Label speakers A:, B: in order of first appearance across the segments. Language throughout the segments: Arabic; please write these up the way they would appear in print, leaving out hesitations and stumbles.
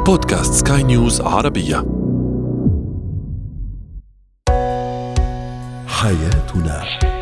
A: بودكاست سكاي نيوز عربية. حياتنا.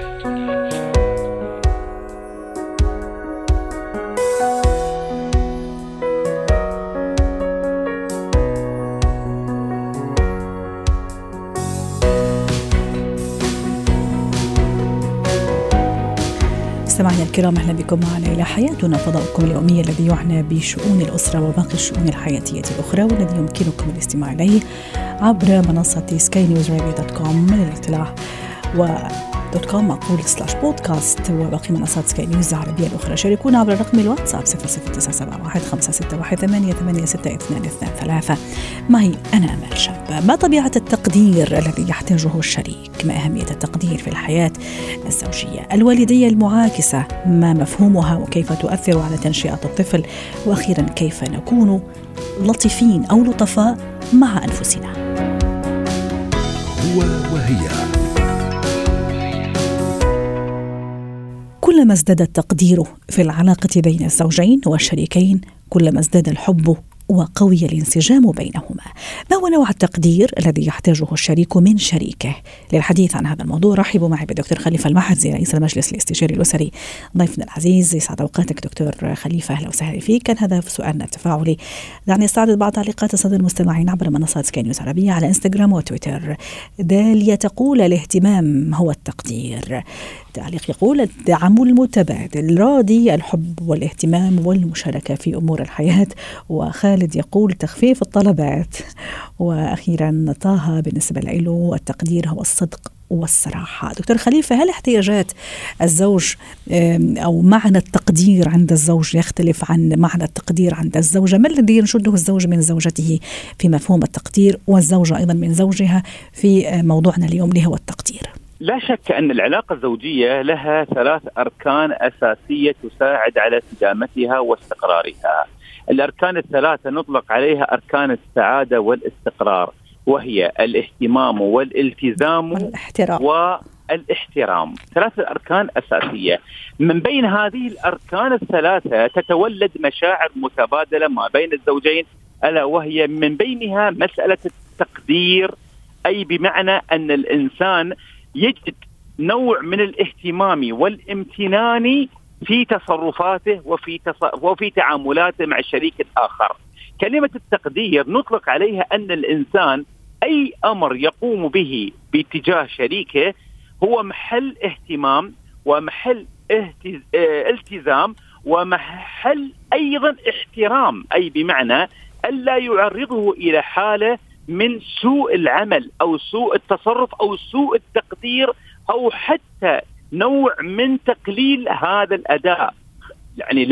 B: مستمعينا الكرام، أهلا بكم معنا إلى حياتنا، فضاؤكم اليومي الذي يعنى بشؤون الأسرة وباقي الشؤون الحياتية الأخرى، والذي يمكنكم الاستماع إليه عبر منصة skynewsradio.com للاطلاع .com /podcast وباقي منصات سكاي نيوز العربية الأخرى. شاركونا عبر رقم الواتساب 00971561886223. معي أنا أمل شاب. ما طبيعة التقدير الذي يحتاجه الشريك؟ ما أهمية التقدير في الحياة الزوجية؟ الوالدية المعاكسة ما مفهومها وكيف تؤثر على تنشئة الطفل؟ وأخيرا كيف نكون لطيفين أو لطفاء مع أنفسنا؟
A: هو وهي.
B: كلما ازداد التقدير في العلاقة بين الزوجين والشريكين، كلما ازداد الحب وقوي الانسجام بينهما. ما هو نوع التقدير الذي يحتاجه الشريك من شريكه؟ للحديث عن هذا الموضوع رحبوا معي بدكتور خليفة المحرزي، رئيس المجلس الاستشاري الأسري، ضيفنا العزيز. يسعد أوقاتك دكتور خليفة، أهلا وسهلا فيك. كان هذا سؤالنا التفاعلي، دعني استعرض بعض تعليقات السادة المستمعين عبر منصات سكاي نيوز عربية على انستغرام وتويتر. داليا تقول: الاهتمام هو التقدير. تعليق يقول: الدعم المتبادل، راضي الحب والاهتمام والمشاركة في أمور الحياة. وخالد يقول: تخفيف الطلبات. وأخيرا طه بالنسبة له التقدير هو الصدق والصراحة. دكتور خليفة، هل احتياجات الزوج أو معنى التقدير عند الزوج يختلف عن معنى التقدير عند الزوجة؟ ما الذي ينشده الزوج من زوجته في مفهوم التقدير، والزوجة أيضا من زوجها في موضوعنا اليوم اللي هو التقدير؟
C: لا شك أن العلاقة الزوجية لها 3 أركان أساسية تساعد على استدامتها واستقرارها. الأركان ال3 نطلق عليها أركان السعادة والاستقرار، وهي الاهتمام والالتزام والاحترام. 3 أركان أساسية. من بين هذه الأركان ال3 تتولد مشاعر متبادلة ما بين الزوجين، ألا وهي من بينها مسألة التقدير، أي بمعنى أن الإنسان يجد نوع من الاهتمام والامتنان في تصرفاته وفي تعاملاته مع الشريك الآخر. كلمة التقدير نطلق عليها أن الإنسان أي أمر يقوم به باتجاه شريكه هو محل اهتمام ومحل التزام ومحل أيضا احترام، أي بمعنى ألا يعرضه إلى حالة من سوء العمل أو سوء التصرف أو سوء التقدير أو حتى نوع من تقليل هذا الأداء. يعني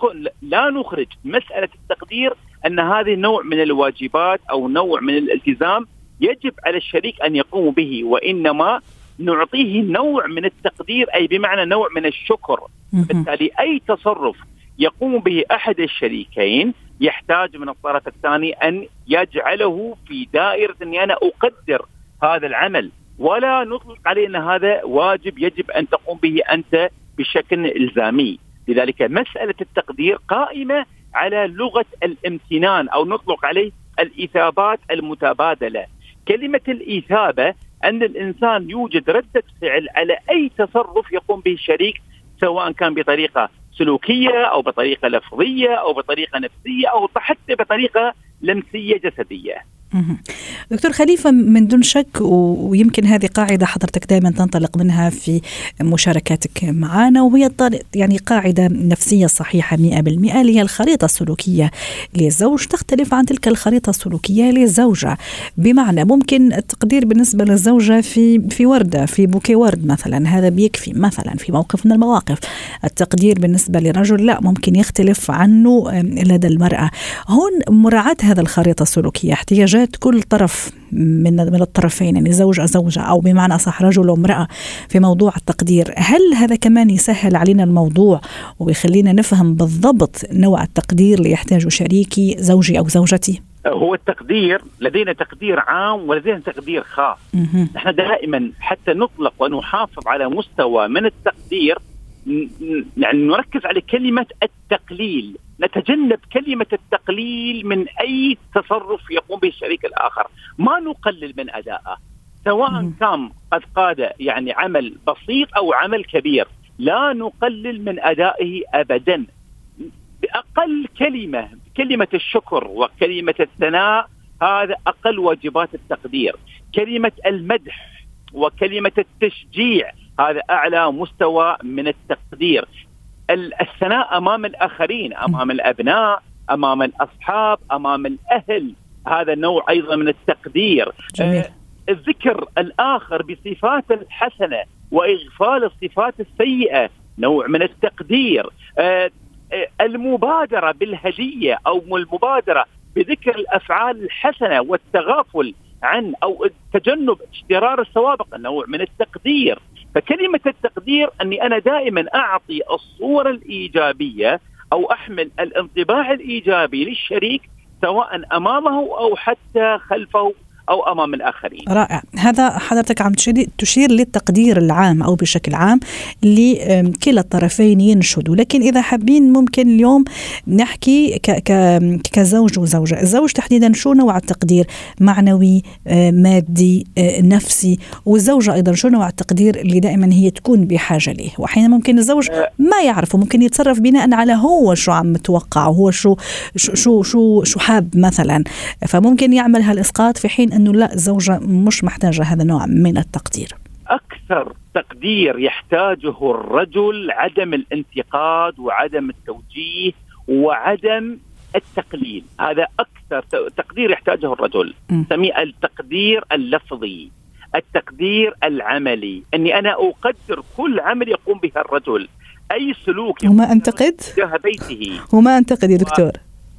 C: لا نخرج مسألة التقدير أن هذه نوع من الواجبات أو نوع من الالتزام يجب على الشريك أن يقوم به، وإنما نعطيه نوع من التقدير، أي بمعنى نوع من الشكر. بالتالي أي تصرف يقوم به أحد الشريكين يحتاج من الطرف الثاني أن يجعله في دائرة أني أنا أقدر هذا العمل، ولا نطلق عليه أن هذا واجب يجب أن تقوم به أنت بشكل إلزامي. لذلك مسألة التقدير قائمة على لغة الامتنان، أو نطلق عليه الإثابات المتبادلة. كلمة الإثابة أن الإنسان يوجد ردة فعل على أي تصرف يقوم به الشريك، سواء كان بطريقة سلوكية أو بطريقة لفظية أو بطريقة نفسية أو حتى بطريقة لمسية جسدية.
B: دكتور خليفة، من دون شك، ويمكن هذه قاعدة حضرتك دائما تنطلق منها في مشاركاتك معنا، وهي يعني قاعدة نفسية صحيحة 100%، اللي هي الخريطة السلوكية للزوج تختلف عن تلك الخريطة السلوكية للزوجة. بمعنى ممكن التقدير بالنسبة للزوجة في وردة، في بوكي ورد مثلا، هذا بيكفي مثلا في موقف من المواقف. التقدير بالنسبة لرجل لا، ممكن يختلف عنه لدى المرأة. هون مراعاة هذا الخريطة السلوكية احتياجات كل طرف من الطرفين، يعني زوج أو زوجة، أو بمعنى صح رجل وامرأة، في موضوع التقدير. هل هذا كمان يسهل علينا الموضوع ويخلينا نفهم بالضبط نوع التقدير اللي يحتاجه شريكي، زوجي أو زوجتي؟
C: هو التقدير لدينا تقدير عام ولدينا تقدير خاص. نحن دائما حتى نطلق ونحافظ على مستوى من التقدير، يعني نركز على كلمة التقليل. نتجنب كلمة التقليل من أي تصرف يقوم به الشريك الآخر. ما نقلل من أدائه سواء كان قد قاد يعني عمل بسيط أو عمل كبير، لا نقلل من أدائه أبدا. بأقل كلمة الشكر وكلمة الثناء، هذا أقل واجبات التقدير. كلمة المدح وكلمة التشجيع، هذا أعلى مستوى من التقدير. الثناء أمام الآخرين، أمام الأبناء، أمام الأصحاب، أمام الأهل، هذا نوع أيضا من التقدير. الذكر الآخر بصفات الحسنة وإغفال الصفات السيئة نوع من التقدير. المبادرة بالهدية أو المبادرة بذكر الأفعال الحسنة والتغافل عن أو تجنب اشترار السوابق نوع من التقدير. فكلمة التقدير أني أنا دائما أعطي الصورة الإيجابية أو أحمل الانطباع الإيجابي للشريك سواء أمامه أو حتى خلفه أو أمام الآخرين.
B: رائع. هذا حضرتك عم تشير للتقدير العام أو بشكل عام لكلا الطرفين ينشدوا، لكن إذا حابين ممكن اليوم نحكي كزوج وزوجة. الزوج تحديدا شو نوع التقدير؟ معنوي، مادي، نفسي، والزوجة أيضا شو نوع التقدير اللي دائما هي تكون بحاجة له؟ وأحيانا ممكن الزوج ما يعرفه، ممكن يتصرف بناء على هو شو عم متوقع وهو شو حاب مثلا، فممكن يعمل هالإسقاط في حين أنه لا، الزوجة مش محتاجة هذا النوع من التقدير.
C: أكثر تقدير يحتاجه الرجل عدم الانتقاد وعدم التوجيه وعدم التقليل. هذا أكثر تقدير يحتاجه الرجل. نسميه التقدير اللفظي، التقدير العملي، أني أنا أقدر كل عمل يقوم به الرجل، أي سلوك
B: وما أنتقد
C: تجاه بيته
B: وما أنتقد يا دكتور.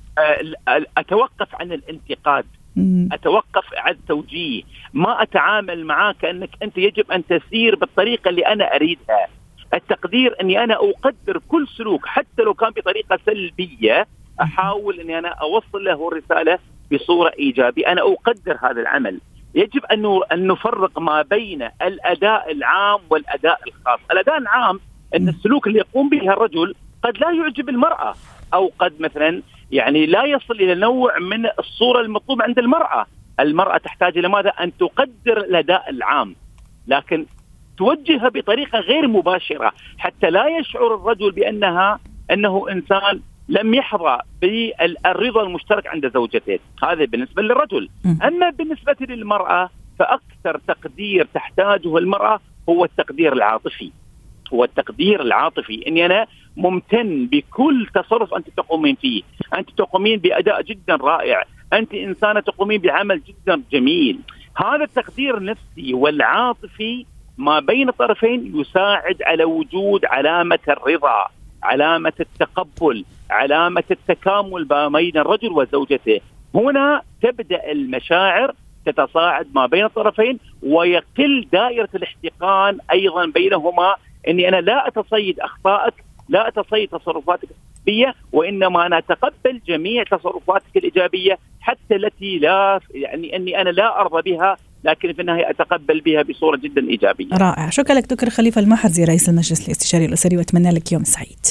C: أتوقف عن الانتقاد، أتوقف عن التوجيه، ما أتعامل معك كأنك أنت يجب أن تسير بالطريقة اللي أنا أريدها. التقدير أني أنا أقدر كل سلوك حتى لو كان بطريقة سلبية، أحاول أني أنا أوصل له الرسالة بصورة إيجابية. أنا أقدر هذا العمل. يجب أن نفرق ما بين الأداء العام والأداء الخاص. الأداء العام أن السلوك اللي يقوم به الرجل قد لا يعجب المرأة، أو قد مثلا يعني لا يصل إلى نوع من الصورة المطلوبة عند المرأة. المرأة تحتاج إلى ماذا؟ أن تقدر الأداء العام، لكن توجهها بطريقة غير مباشرة حتى لا يشعر الرجل أنه إنسان لم يحظى بالرضا المشترك عند زوجته. هذا بالنسبة للرجل. أما بالنسبة للمرأة فأكثر تقدير تحتاجه المرأة هو التقدير العاطفي. هو التقدير العاطفي، أني أنا ممتن بكل تصرف أنت تقومين فيه. أنت تقومين بأداء جدا رائع، أنت إنسانة تقومين بعمل جدا جميل. هذا التقدير النفسي والعاطفي ما بين الطرفين يساعد على وجود علامة الرضا، علامة التقبل، علامة التكامل بين الرجل وزوجته. هنا تبدأ المشاعر تتصاعد ما بين الطرفين ويقل دائرة الاحتقان أيضا بينهما. أني أنا لا أتصيد أخطائك، لا أتصيد تصرفاتك السلبية، وإنما أنا أتقبل جميع تصرفاتك الإيجابية حتى التي لا يعني أني أنا لا أرضى بها، لكن في النهاية أتقبل بها بصورة جدا إيجابية.
B: رائع. شكرا لك دكتور خليفة المحرزي رئيس المجلس الاستشاري الأسري، وأتمنى لك يوم سعيد.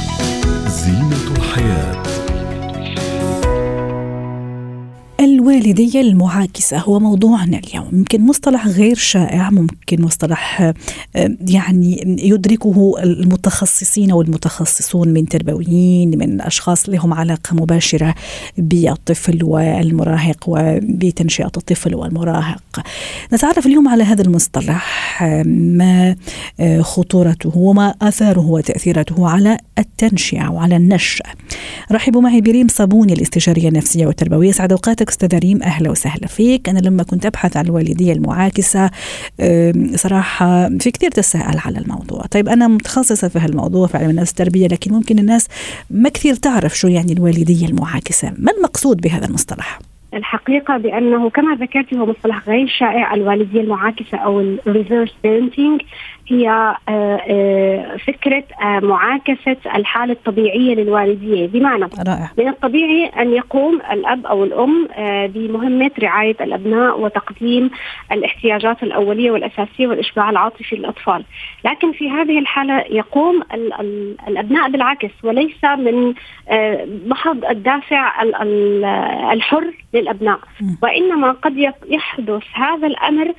A: زينة الحياة.
B: الوالدية المعاكسة هو موضوعنا اليوم. يمكن مصطلح غير شائع، ممكن مصطلح يعني يدركه المتخصصين والمتخصصون من تربويين، من أشخاص لهم علاقة مباشرة بالطفل والمراهق وبتنشئة الطفل والمراهق. نتعرف اليوم على هذا المصطلح، ما خطورته وما آثاره وتأثيراته على التنشئة وعلى النشأة. رحبوا معي بريم صابوني، الاستشارية النفسية والتربوية. سعد أوقاتك أستاذ ريم، أهلا وسهلا فيك. أنا لما كنت أبحث عن الوالدية المعاكسة صراحة في كثير تساءل على الموضوع. طيب أنا متخصصة في هالموضوع في علم النفس التربية، لكن ممكن الناس ما كثير تعرف شو يعني الوالدية المعاكسة. ما المقصود بهذا المصطلح؟
D: الحقيقة بأنه كما ذكرت هو مصطلح غير شائع، الوالدية المعاكسة أو الريفيرس بيرنتينج هي فكرة معاكسة الحالة الطبيعية للوالدية. بمعنى من الطبيعي أن يقوم الأب أو الأم بمهمة رعاية الأبناء وتقديم الاحتياجات الأولية والأساسية والإشباع العاطفي للأطفال، لكن في هذه الحالة يقوم الأبناء بالعكس، وليس من محض الدافع الحر للأبناء، وإنما قد يحدث هذا الأمر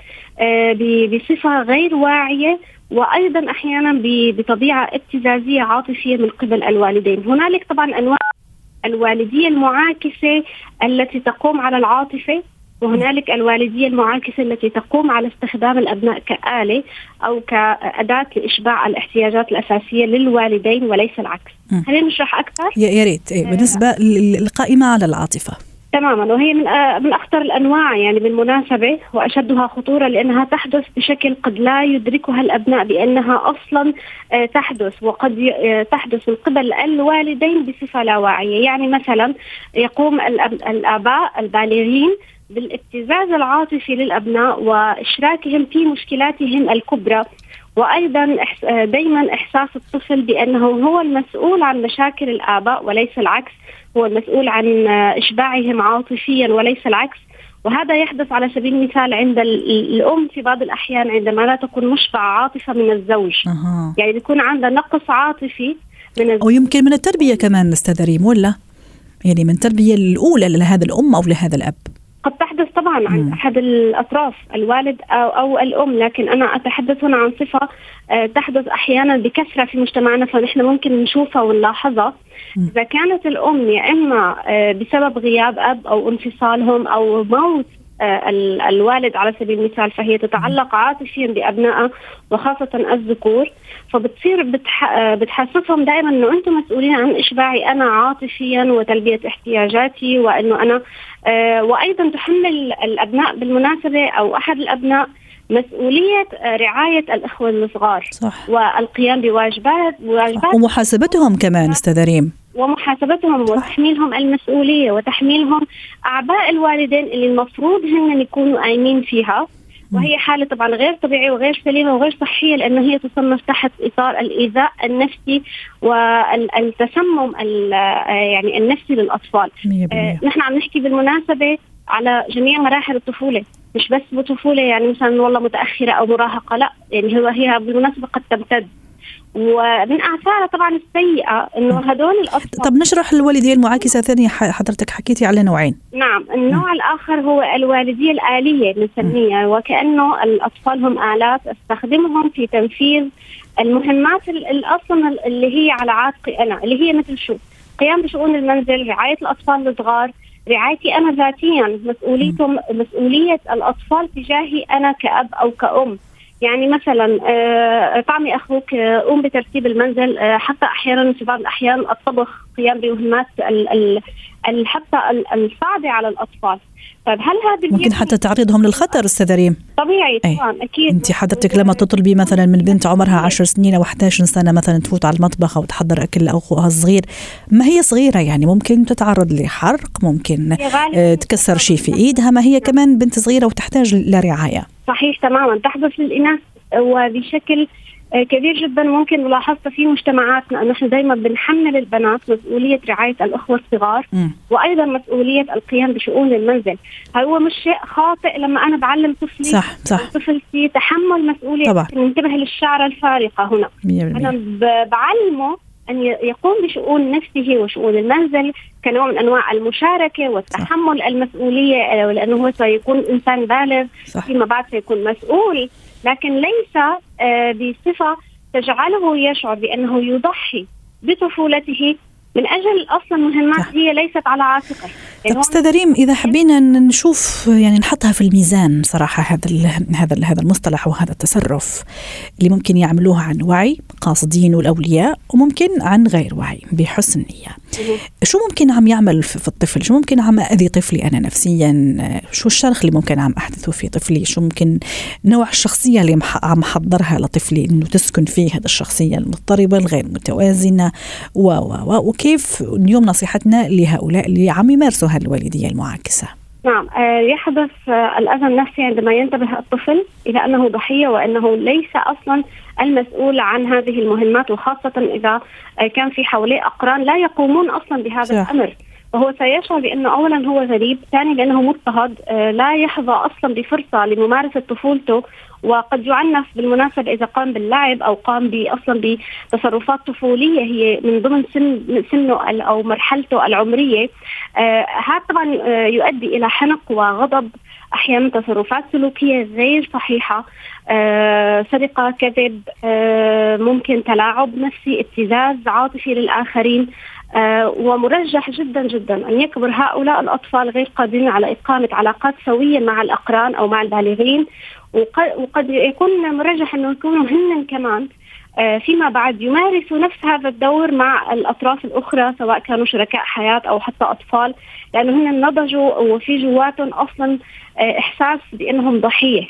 D: بصفة غير واعية، وأيضا أحيانا بطبيعة ابتزازية عاطفية من قبل الوالدين. هنالك طبعا أنواع الوالدية المعاكسة التي تقوم على العاطفة، وهنالك الوالدية المعاكسة التي تقوم على استخدام الأبناء كآلة أو كأداة لإشباع الاحتياجات الأساسية للوالدين وليس العكس. خلينا نشرح أكثر.
B: يا ريت. بالنسبة للقائمة على العاطفة
D: تماما، وهي من أخطر الأنواع يعني بالمناسبة وأشدها خطورة، لأنها تحدث بشكل قد لا يدركها الأبناء بأنها أصلا تحدث، وقد تحدث من قبل الوالدين بصفة لا واعية. يعني مثلا يقوم الآباء البالغين بالابتزاز العاطفي للأبناء وإشراكهم في مشكلاتهم الكبرى، وأيضا دايما إحساس الطفل بأنه هو المسؤول عن مشاكل الآباء وليس العكس، هو المسؤول عن إشباعهم عاطفيا وليس العكس. وهذا يحدث على سبيل المثال عند الأم في بعض الأحيان عندما لا تكون مشبعة عاطفة من الزوج. يعني يكون عندها نقص عاطفي من الزوج،
B: أو يمكن من التربية كمان أستاذ ريم، ولا يعني من التربية الأولى لهذا الأم أو لهذا الأب.
D: قد تحدث طبعا عن أحد الأطراف، الوالد أو الأم، لكن أنا أتحدث هنا عن صفة تحدث أحيانا بكثرة في مجتمعنا، فنحن ممكن نشوفها ونلاحظها. إذا كانت الأم يا إما بسبب غياب أب أو انفصالهم أو موت الوالد على سبيل المثال، فهي تتعلق عاطفيا بأبنائها وخاصة الذكور، فبتصير بتحسسهم دائما أنه أنتم مسؤولين عن إشباعي أنا عاطفيا وتلبية احتياجاتي، وأنه أنا وأيضا تحمل الأبناء بالمناسبة أو أحد الأبناء مسؤولية رعاية الأخوة الصغار، صح، والقيام بواجبات
B: ومحاسبتهم كمان أستاذ ريم،
D: ومحاسبتهم وتحميلهم المسؤولية وتحميلهم أعباء الوالدين اللي المفروض هم يكونوا قايمين فيها. وهي حالة طبعا غير طبيعية وغير سليمة وغير صحية، لأنه هي تصنف تحت إطار الإيذاء النفسي والتسمم يعني النفسي للأطفال. نحن عم نحكي بالمناسبة على جميع مراحل الطفولة، مش بس بطفولة يعني مثلا والله متأخرة أو مراهقة، لا، يعني هي بالمناسبة قد تمتد. ومن آثارها طبعا السيئة إنه هدول الأطفال.
B: طب نشرح الوالدية المعاكسة ثانية، حضرتك حكيتي على نوعين.
D: نعم، النوع الآخر هو الوالدية الآلية بنسميها، وكأنه الأطفال هم آلات استخدمهم في تنفيذ المهمات الأصلا اللي هي على عاتقي أنا، اللي هي مثل شو؟ قيام بشؤون المنزل، رعاية الأطفال الصغار، رعايتي أنا ذاتيا، مسؤولية الأطفال تجاهي أنا كأب أو كأم. يعني مثلا طعمي أخوك، قوم بترتيب المنزل، حتى أحيانا في بعض الأحيان الطبخ، قيام بمهمات حتى الصعبة على الأطفال. طيب هل هذه
B: ممكن حتى تعرضهم للخطر أستاذ ريم؟
D: طبيعي طبعا، أكيد.
B: أنت حضرتك لما تطلبي مثلا من بنت عمرها 10 سنين أو 11 سنة مثلا تفوت على المطبخ أو تحضر أكل لأخوها الصغير، ما هي صغيرة يعني ممكن تتعرض لحرق، ممكن تكسر شيء في إيدها، ما هي كمان بنت صغيرة وتحتاج لرعاية. صحيح
D: تماما، تحدث للإناث وبشكل كبير جدا. ممكن ملاحظة في مجتمعاتنا أن نحن دايما بنحمل البنات مسؤولية رعاية الأخوة الصغار وأيضا مسؤولية القيام بشؤون المنزل. هو مش شيء خاطئ لما أنا بعلم طفلي،
B: صح.
D: الطفل في تحمل مسؤولية، ننتبه للشعر الفارقة هنا. أنا بعلمه أن يقوم بشؤون نفسه وشؤون المنزل كنوع من أنواع المشاركة والتحمل المسؤولية، لأنه هو سيكون إنسان بالغ فيما بعد سيكون مسؤول، لكن ليس بصفة تجعله يشعر بأنه يضحي بطفولته من أجل أصلا مهمات هي ليست على عاتقه.
B: طب أستاذ ريم، إذا حبينا نشوف يعني نحطها في الميزان صراحة، هذا المصطلح وهذا التصرف اللي ممكن يعملوها عن وعي قاصدين والأولياء، وممكن عن غير وعي بحسن نية، شو ممكن عم يعمل في الطفل؟ شو ممكن عم أذي طفلي أنا نفسيا؟ شو الشرخ اللي ممكن عم أحدثه في طفلي؟ شو ممكن نوع الشخصية اللي عم حضرها لطفلي إنه تسكن فيه هذا الشخصية المضطربة الغير متوازنة وكيف اليوم نصيحتنا لهؤلاء اللي عم يمارسوا هالوالدية المعاكسة؟
D: نعم، يحدث الأذى النفسي عندما ينتبه الطفل إلى أنه ضحية وأنه ليس أصلا المسؤول عن هذه المهمات، وخاصة إذا كان في حواليه أقران لا يقومون أصلا بهذا الأمر، وهو سيشعر بأنه أولا هو غريب، ثانيا لأنه مضطهد، لا يحظى أصلا بفرصة لممارسة طفولته، وقد يعنف بالمناسبة إذا قام باللعب أو قام أصلا بتصرفات طفولية هي من ضمن سنه أو مرحلته العمرية. هذا طبعا يؤدي إلى حنق وغضب، أحيانا تصرفات سلوكية غير صحيحة، سرقة، كذب، ممكن تلاعب نفسي، ابتزاز عاطفي للآخرين. ومرجح جدا جدا أن يكبر هؤلاء الأطفال غير قادرين على إقامة علاقات سوية مع الأقران أو مع البالغين، وقد يكون مرجح أنه يكونوا هن كمان فيما بعد يمارسوا نفس هذا الدور مع الأطراف الأخرى، سواء كانوا شركاء حياة أو حتى أطفال، لأنه هن نضجوا وفي جواتهم أصلا إحساس بأنهم ضحية.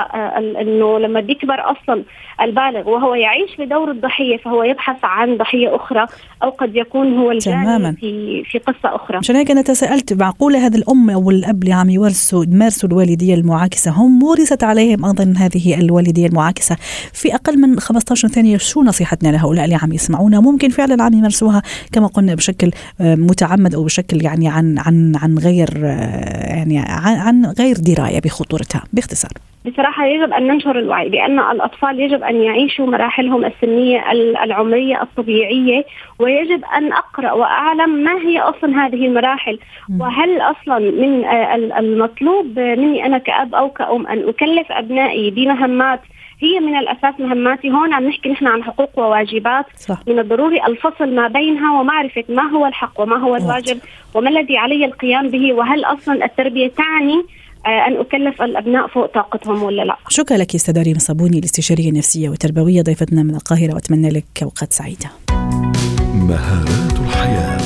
D: فإنه لما بيكبر أصلا البالغ وهو يعيش بدور الضحية فهو يبحث عن ضحية أخرى، أو قد يكون هو الجاني في قصة أخرى.
B: عشان هيك أنا تساءلت، معقولة هذا الأم أو الأب اللي عم يمارسوا الوالدية المعاكسة هم ورثت عليهم أيضا هذه الوالدية المعاكسة في أقل من 15 ثانية؟ شو نصيحتنا لهؤلاء اللي عم يسمعونا؟ ممكن فعلا عم يمارسوها كما قلنا بشكل متعمد أو بشكل يعني عن غير يعني عن غير دراية بخطورتها. باختصار
D: بصراحة يجب أن ننشر الوعي بأن الأطفال يجب أن يعيشوا مراحلهم السنية العمرية الطبيعية، ويجب أن أقرأ وأعلم ما هي أصلا هذه المراحل، وهل أصلا من المطلوب مني أنا كأب أو كأم أن أكلف أبنائي بمهمات هي من الأساس مهماتي. هون عم نحكي نحن عن حقوق وواجبات، صح. من الضروري الفصل ما بينها ومعرفة ما هو الحق وما هو الواجب وما الذي علي القيام به، وهل أصلا التربية تعني أن أكلف الأبناء فوق طاقتهم ولا لا.
B: شكرا لك أستاذة ريم صابوني، الاستشارية النفسية والتربوية، ضيفتنا من القاهرة، وأتمنى لك أوقات سعيدة.
A: مهارات الحياة.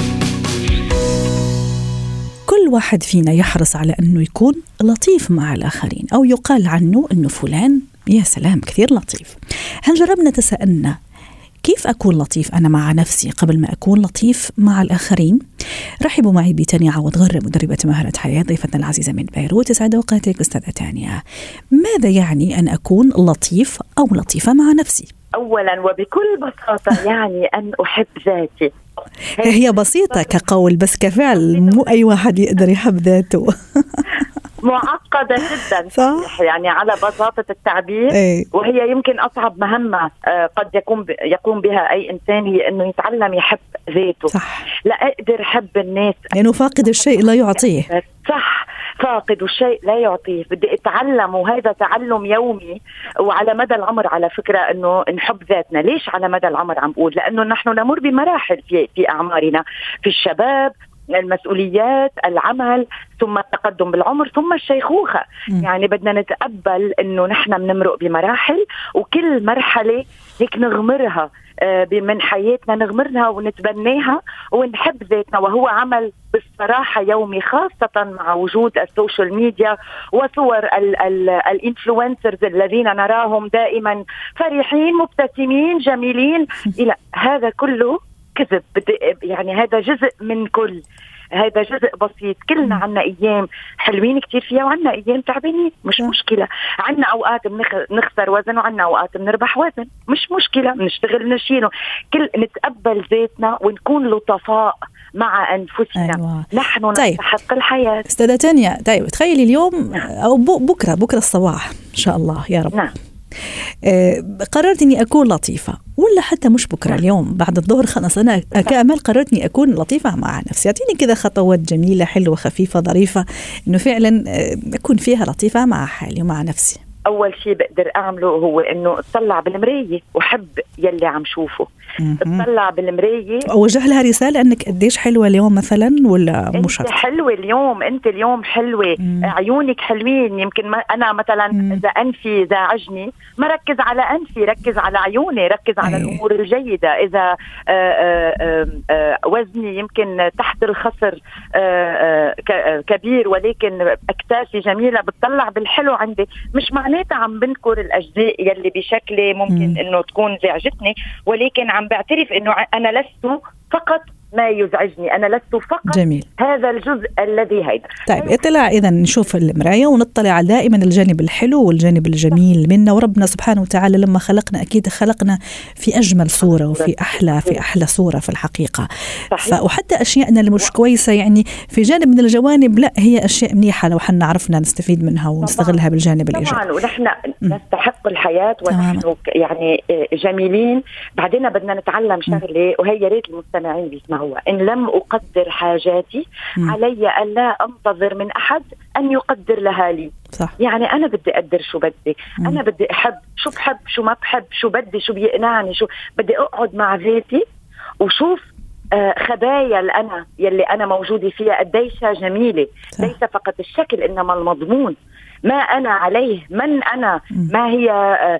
B: كل واحد فينا يحرص على أنه يكون لطيف مع الآخرين، أو يقال عنه أنه فلان يا سلام كثير لطيف. هل جربنا تسألنا كيف أكون لطيف أنا مع نفسي قبل ما أكون لطيف مع الآخرين؟ رحبوا معي بتانيا عوض غرة، مدربة مهارة حياة، ضيفتنا العزيزة من بيروت. يسعد أوقاتك أستاذة تانيا. ماذا يعني أن أكون لطيف أو لطيفة مع نفسي؟
E: أولا وبكل بساطة يعني أن أحب ذاتي.
B: هي بسيطة كقول، بس كفعل مو أي واحد يقدر يحب ذاته.
E: معقدة جدا
B: صح؟
E: يعني على بساطة التعبير وهي يمكن أصعب مهمة قد يقوم بها أي إنسان، هي أنه يتعلم يحب ذاته.
B: صح.
E: لا أقدر أحب الناس
B: لأنه فاقد الشيء لا يعطيه.
E: صح، فاقد الشيء لا يعطيه. بدي أتعلم، وهذا تعلم يومي وعلى مدى العمر على فكرة، أنه نحب ذاتنا. ليش على مدى العمر عم بقول؟ لأنه نحن نمر بمراحل في أعمارنا، في الشباب، المسؤوليات، العمل، ثم التقدم بالعمر، ثم الشيخوخة. يعني بدنا نتقبل أنه نحن بنمرق بمراحل، وكل مرحلة هيك نغمرها من حياتنا، نغمرها ونتبناها ونحب ذاتنا. وهو عمل بالصراحة يومي، خاصة مع وجود السوشيال ميديا وصور الانفلونسرز الذين نراهم دائما فرحين مبتسمين جميلين. إلى هذا كله كذب. يعني هذا جزء من كل، هذا جزء بسيط. كلنا عنا أيام حلوين كتير فيها، وعنا أيام تعبانين، مش مشكلة. عنا أوقات نخسر وزن، وعنا أوقات بنربح وزن، مش مشكلة. نشتغل نشيله. نتقبل ذاتنا ونكون لطفاء مع أنفسنا.
B: أيوة.
E: نحن نستحق الحياة.
B: أستاذة تانيا، طيب تخيلي اليوم أو بكرة الصباح إن شاء الله يا رب.
E: نعم.
B: قررت إني أكون لطيفة، ولا حتى مش بكرة، اليوم بعد الظهر خلاص أنا كأمل قررت إني أكون لطيفة مع نفسي. أعطيني كذا خطوات جميلة حلوة خفيفة ظريفة إنه فعلا أكون فيها لطيفة مع حالي ومع نفسي.
E: أول شيء بقدر أعمله هو إنه أطلع بالمراية وحب يلي عم شوفه. أطلع بالمراية
B: أوجه لها رسالة أنك قديش حلوة اليوم مثلا، ولا مش
E: أنت حلوة اليوم، أنت اليوم حلوة. عيونك حلوين. يمكن أنا مثلا إذا أنفي زعجني ما ركز على أنفي، ركز على عيوني، ركز على الأمور الجيدة. إذا وزني يمكن تحت الخصر كبير ولكن أكتافي جميلة، بتطلع بالحلو عندي. مش معناتها عم بنكر الأجزاء يلي بشكل ممكن إنه تكون زعجتني، ولكن عم بعترف إنه أنا لست فقط ما يزعجني، أنا لست فقط
B: جميل.
E: هذا الجزء الذي هيدا.
B: طيب اطلاع، إذا نشوف المراية ونطلع على دائما الجانب الحلو والجانب الجميل منا، وربنا سبحانه وتعالى لما خلقنا أكيد خلقنا في أجمل صورة وفي أحلى صورة في الحقيقة. وحتى أشياءنا اللي مش كويسة يعني في جانب من الجوانب لا هي أشياء منيحة لو حنا عرفنا نستفيد منها ونستغلها بالجانب الإيجابي.
E: طبعا، ونحن نستحق الحياة ونحن يعني جميلين. بعدين بدنا نتعلم شغلة وهي يا ريت المستمعين بيسمعوها، إن لم أقدر حاجاتي علي ألا أنتظر من أحد أن يقدر لها لي.
B: صح.
E: يعني أنا بدي أقدر شو بدي، أنا بدي أحب شو بحب شو ما بحب، شو بدي شو بيقنعني، شو بدي أقعد مع ذاتي وشوف خبايا الأنا يلي أنا موجودة فيها قديشها جميلة. صح. ليس فقط الشكل إنما المضمون، ما أنا عليه، من أنا، ما هي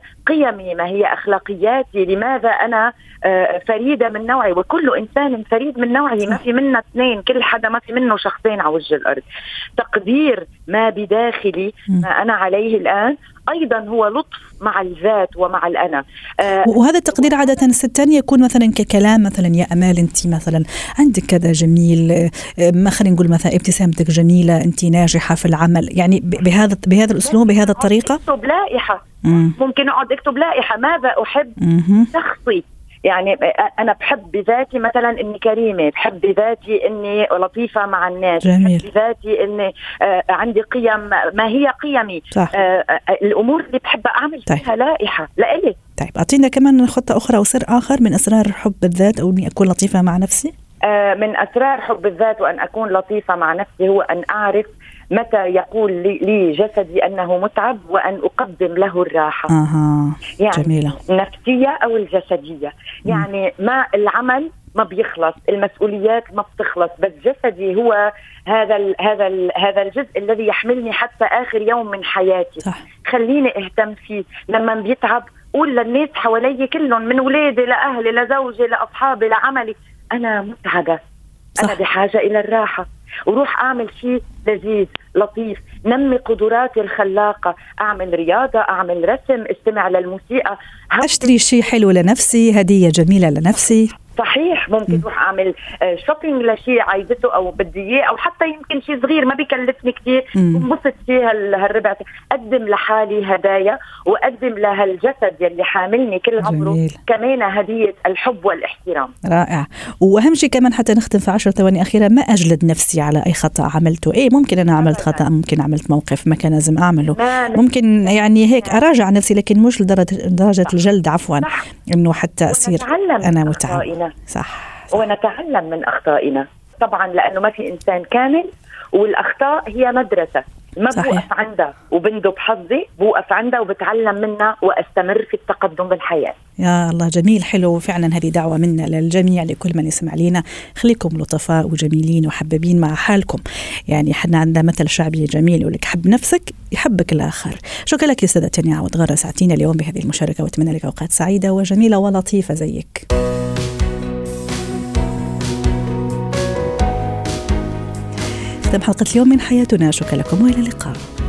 E: قيمي، ما هي أخلاقياتي، لماذا أنا فريدة من نوعي، وكل إنسان فريد من نوعه. ما في منا اثنين، كل حدا ما في منه شخصين على وجه الأرض. تقدير ما بداخلي ما أنا عليه الآن أيضا هو لطف مع الذات ومع الأنا.
B: وهذا التقدير عادة الستان يكون مثلا ككلام، مثلا يا أمال أنت مثلا عندك كذا جميل، ما خلينا نقول مثلا ابتسامتك جميلة، أنت ناجحة في العمل، يعني بهذا الأسلوب بهذا الطريقة.
E: أكتب لائحة، ممكن أقعد أكتب لائحة ماذا أحب شخصي. يعني أنا بحب بذاتي مثلا إني كريمة، بحب بذاتي إني لطيفة مع الناس،
B: جميل.
E: بحب بذاتي إني عندي قيم، ما هي قيمي. الأمور اللي بحب أعمل فيها لائحة لإلي.
B: طيب أعطينا كمان خطة أخرى أو سر آخر من أسرار حب الذات أو إني أكون لطيفة مع نفسي.
E: من أسرار حب الذات وأن أكون لطيفة مع نفسي هو أن أعرف متى يقول لي جسدي أنه متعب وأن أقدم له الراحة. يعني
B: جميلة.
E: النفسية أو الجسدية. يعني ما العمل ما بيخلص، المسؤوليات ما بتخلص، بس جسدي هو هذا الجزء الذي يحملني حتى آخر يوم من حياتي.
B: صح.
E: خليني اهتم فيه. لما بيتعب قول للناس حوالي كلهم، من ولادي لأهلي لزوجي لأصحابي لعملي، أنا متعبة. صح. أنا بحاجة إلى الراحة، وروح أعمل شيء لذيذ لطيف، نمي قدراتي الخلاقة، أعمل رياضة، أعمل رسم، استمع للموسيقى،
B: أشتري شيء حلو لنفسي، هدية جميلة لنفسي.
E: صحيح. ممكن روح أعمل شوبينج لشيء عايزته أو بدي إياه، أو حتى يمكن شيء صغير ما بيكلفني كتير وانبسط فيه هالربع. أقدم لحالي هدايا وأقدم لهالجسد يلي حاملني كل عمره كمان هدية الحب والاحترام. رائع.
B: وأهم شيء كمان حتى نختم في 10 ثواني أخيرة، ما أجلد نفسي على أي خطأ عملته. ممكن أنا عملت خطأ، ممكن عملت موقف ما كان لازم أعمله، ممكن يعني هيك أراجع نفسي، لكن مش لدرجة الجلد عفوا. إنه حتى أصير أنا متعب. صح.
E: ونتعلم من أخطائنا طبعا، لأنه ما في إنسان كامل، والأخطاء هي مدرسة ما بوقف عندها وبندب حظي، بوقف عندها وبتعلم منها وأستمر في التقدم بالحياة.
B: يا الله، جميل، حلو فعلا. هذه دعوة منا للجميع، لكل من يسمع لنا، خليكم لطفاء وجميلين وحبابين مع حالكم. يعني حنا عندنا مثل شعبي جميل يقول لك حب نفسك يحبك الآخر. شكرا لك يا سيدة تانيا عوض غارة، ساعتين اليوم بهذه المشاركة، واتمنى لك أوقات سعيدة وجميلة ولطيفة زيك. ختم حلقة اليوم من حياتنا. شكرا لكم وإلى اللقاء.